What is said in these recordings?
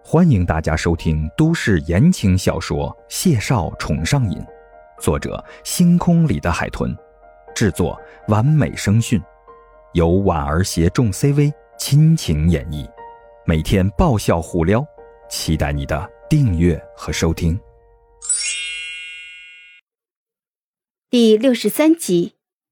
欢迎大家收听都市言情小说《谢少宠上瘾》，作者星空里的海豚，制作完美声讯，由婉儿携众 CV 亲情演绎，每天爆笑互撩，期待你的订阅和收听。 第63集。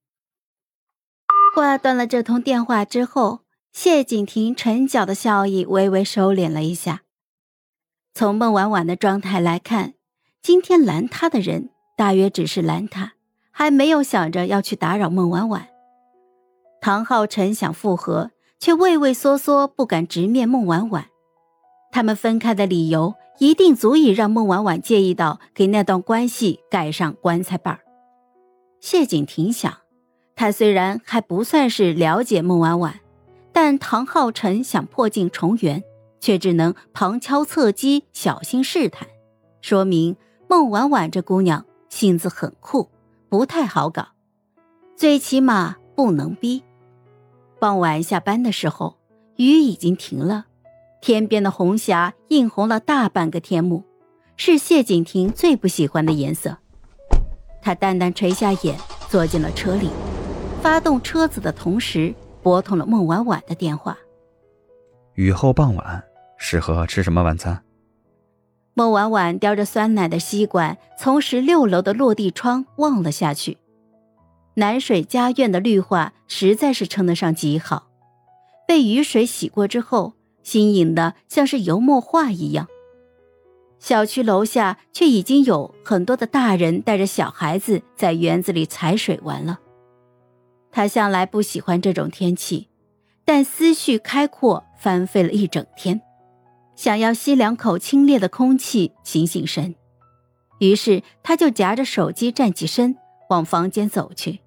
挂断了这通电话之后，谢景亭唇角的笑意微微收敛了一下。从孟婉婉的状态来看，今天拦她的人大约只是拦她，还没有想着要去打扰孟婉婉。唐浩辰想复合，却畏畏缩缩不敢直面孟婉婉。他们分开的理由一定足以让孟婉婉介意到给那段关系盖上棺材板。谢景亭想，他虽然还不算是了解孟婉婉，但唐浩辰想破镜重圆，却只能旁敲侧击，小心试探，说明孟婉婉这姑娘性子很酷，不太好搞，最起码不能逼。傍晚下班的时候，雨已经停了，天边的红霞映红了大半个天幕，是谢景亭最不喜欢的颜色。他淡淡垂下眼，坐进了车里，发动车子的同时拨通了孟婉婉的电话。 雨后傍晚，适合吃什么晚餐？ 孟婉婉叼着酸奶的吸管从16楼的落地窗望了下去。南水家苑的绿化实在是称得上极好，被雨水洗过之后，新颖的像是油墨画一样。小区楼下却已经有很多的大人带着小孩子在园子里踩水玩了。他向来不喜欢这种天气，但思绪开阔，翻飞了一整天，想要吸2口清冽的空气醒醒神。于是他就夹着手机站起身，往房间走去。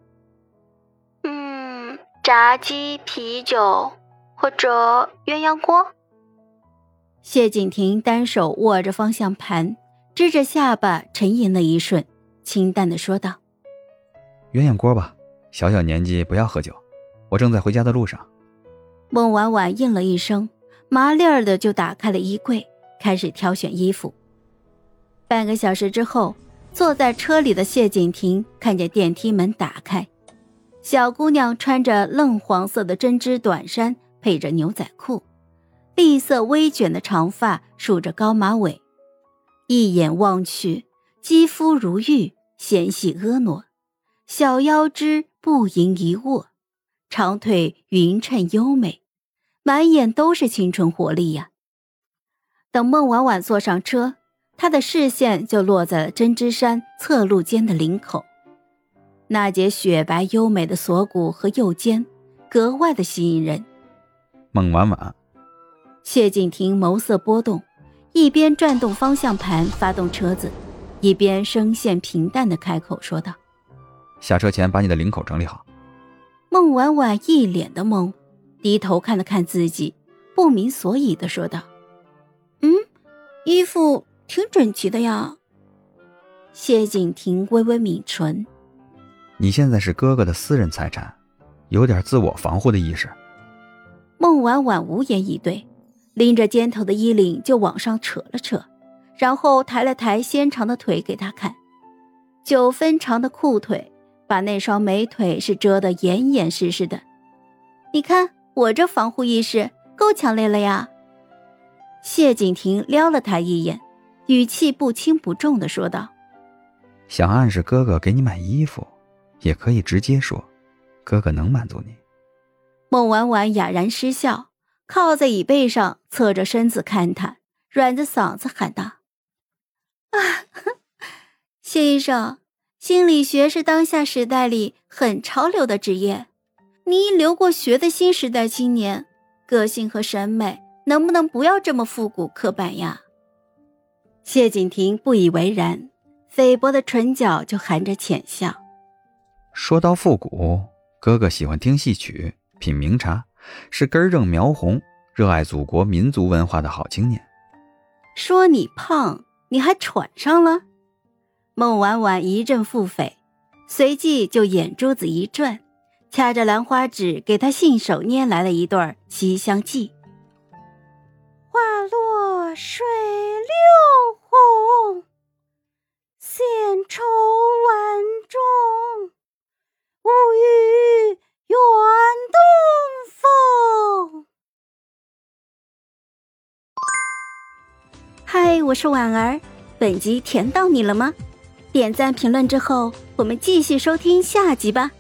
炸鸡、啤酒或者鸳鸯锅。 谢景亭单手握着方向盘，支着下巴沉吟了一瞬，清淡地说道： 鸳鸯锅吧，小小年纪不要喝酒，我正在回家的路上。 孟婉婉应了一声，麻利儿的就打开了衣柜，开始挑选衣服。半个小时之后，坐在车里的谢景亭看见电梯门打开，小姑娘穿着嫩黄色的针织短衫，配着牛仔裤，栗色微卷的长发梳着高马尾，一眼望去，肌肤如玉，纤细婀娜，小腰肢不盈一握，长腿匀称优美，满眼都是青春活力呀。等孟婉婉坐上车，她的视线就落在了针织衫侧露肩的领口，那节雪白优美的锁骨和右肩格外的吸引人。 孟婉婉。 谢景亭眸色波动，一边转动方向盘发动车子，一边声线平淡地开口说道： 下车前把你的领口整理好。 孟婉婉一脸的懵，低头看了看自己，不明所以地说道：衣服挺整齐的呀。谢景亭微微抿唇： 你现在是哥哥的私人财产，有点自我防护的意识。 孟婉婉无言以对，拎着肩头的衣领就往上扯了扯，然后抬了抬纤长的腿给他看，9分长的裤腿把那双美腿是遮得严严实实的。你看我这防护意识够强烈了呀。谢景亭撩了他一眼，语气不轻不重地说道： 想暗示哥哥给你买衣服，也可以直接说，哥哥能满足你。 孟婉婉哑然失笑，靠在椅背上侧着身子看他，软着嗓子喊道：谢医生，心理学是当下时代里很潮流的职业，你一留过学的新时代青年，个性和审美能不能不要这么复古刻板呀？谢景亭不以为然，菲薄的唇角就含着浅笑。 说到复古，哥哥喜欢听戏曲，品茗茶，是根正苗红，热爱祖国民族文化的好青年。 说你胖，你还喘上了？孟婉婉一阵腹诽，随即就眼珠子一转，掐着兰花指给他信手拈来了一对西厢记。 话落水流红，闲愁万种，无语远东风。 嗨，我是婉儿，本集甜到你了吗？点赞评论之后，我们继续收听下集吧。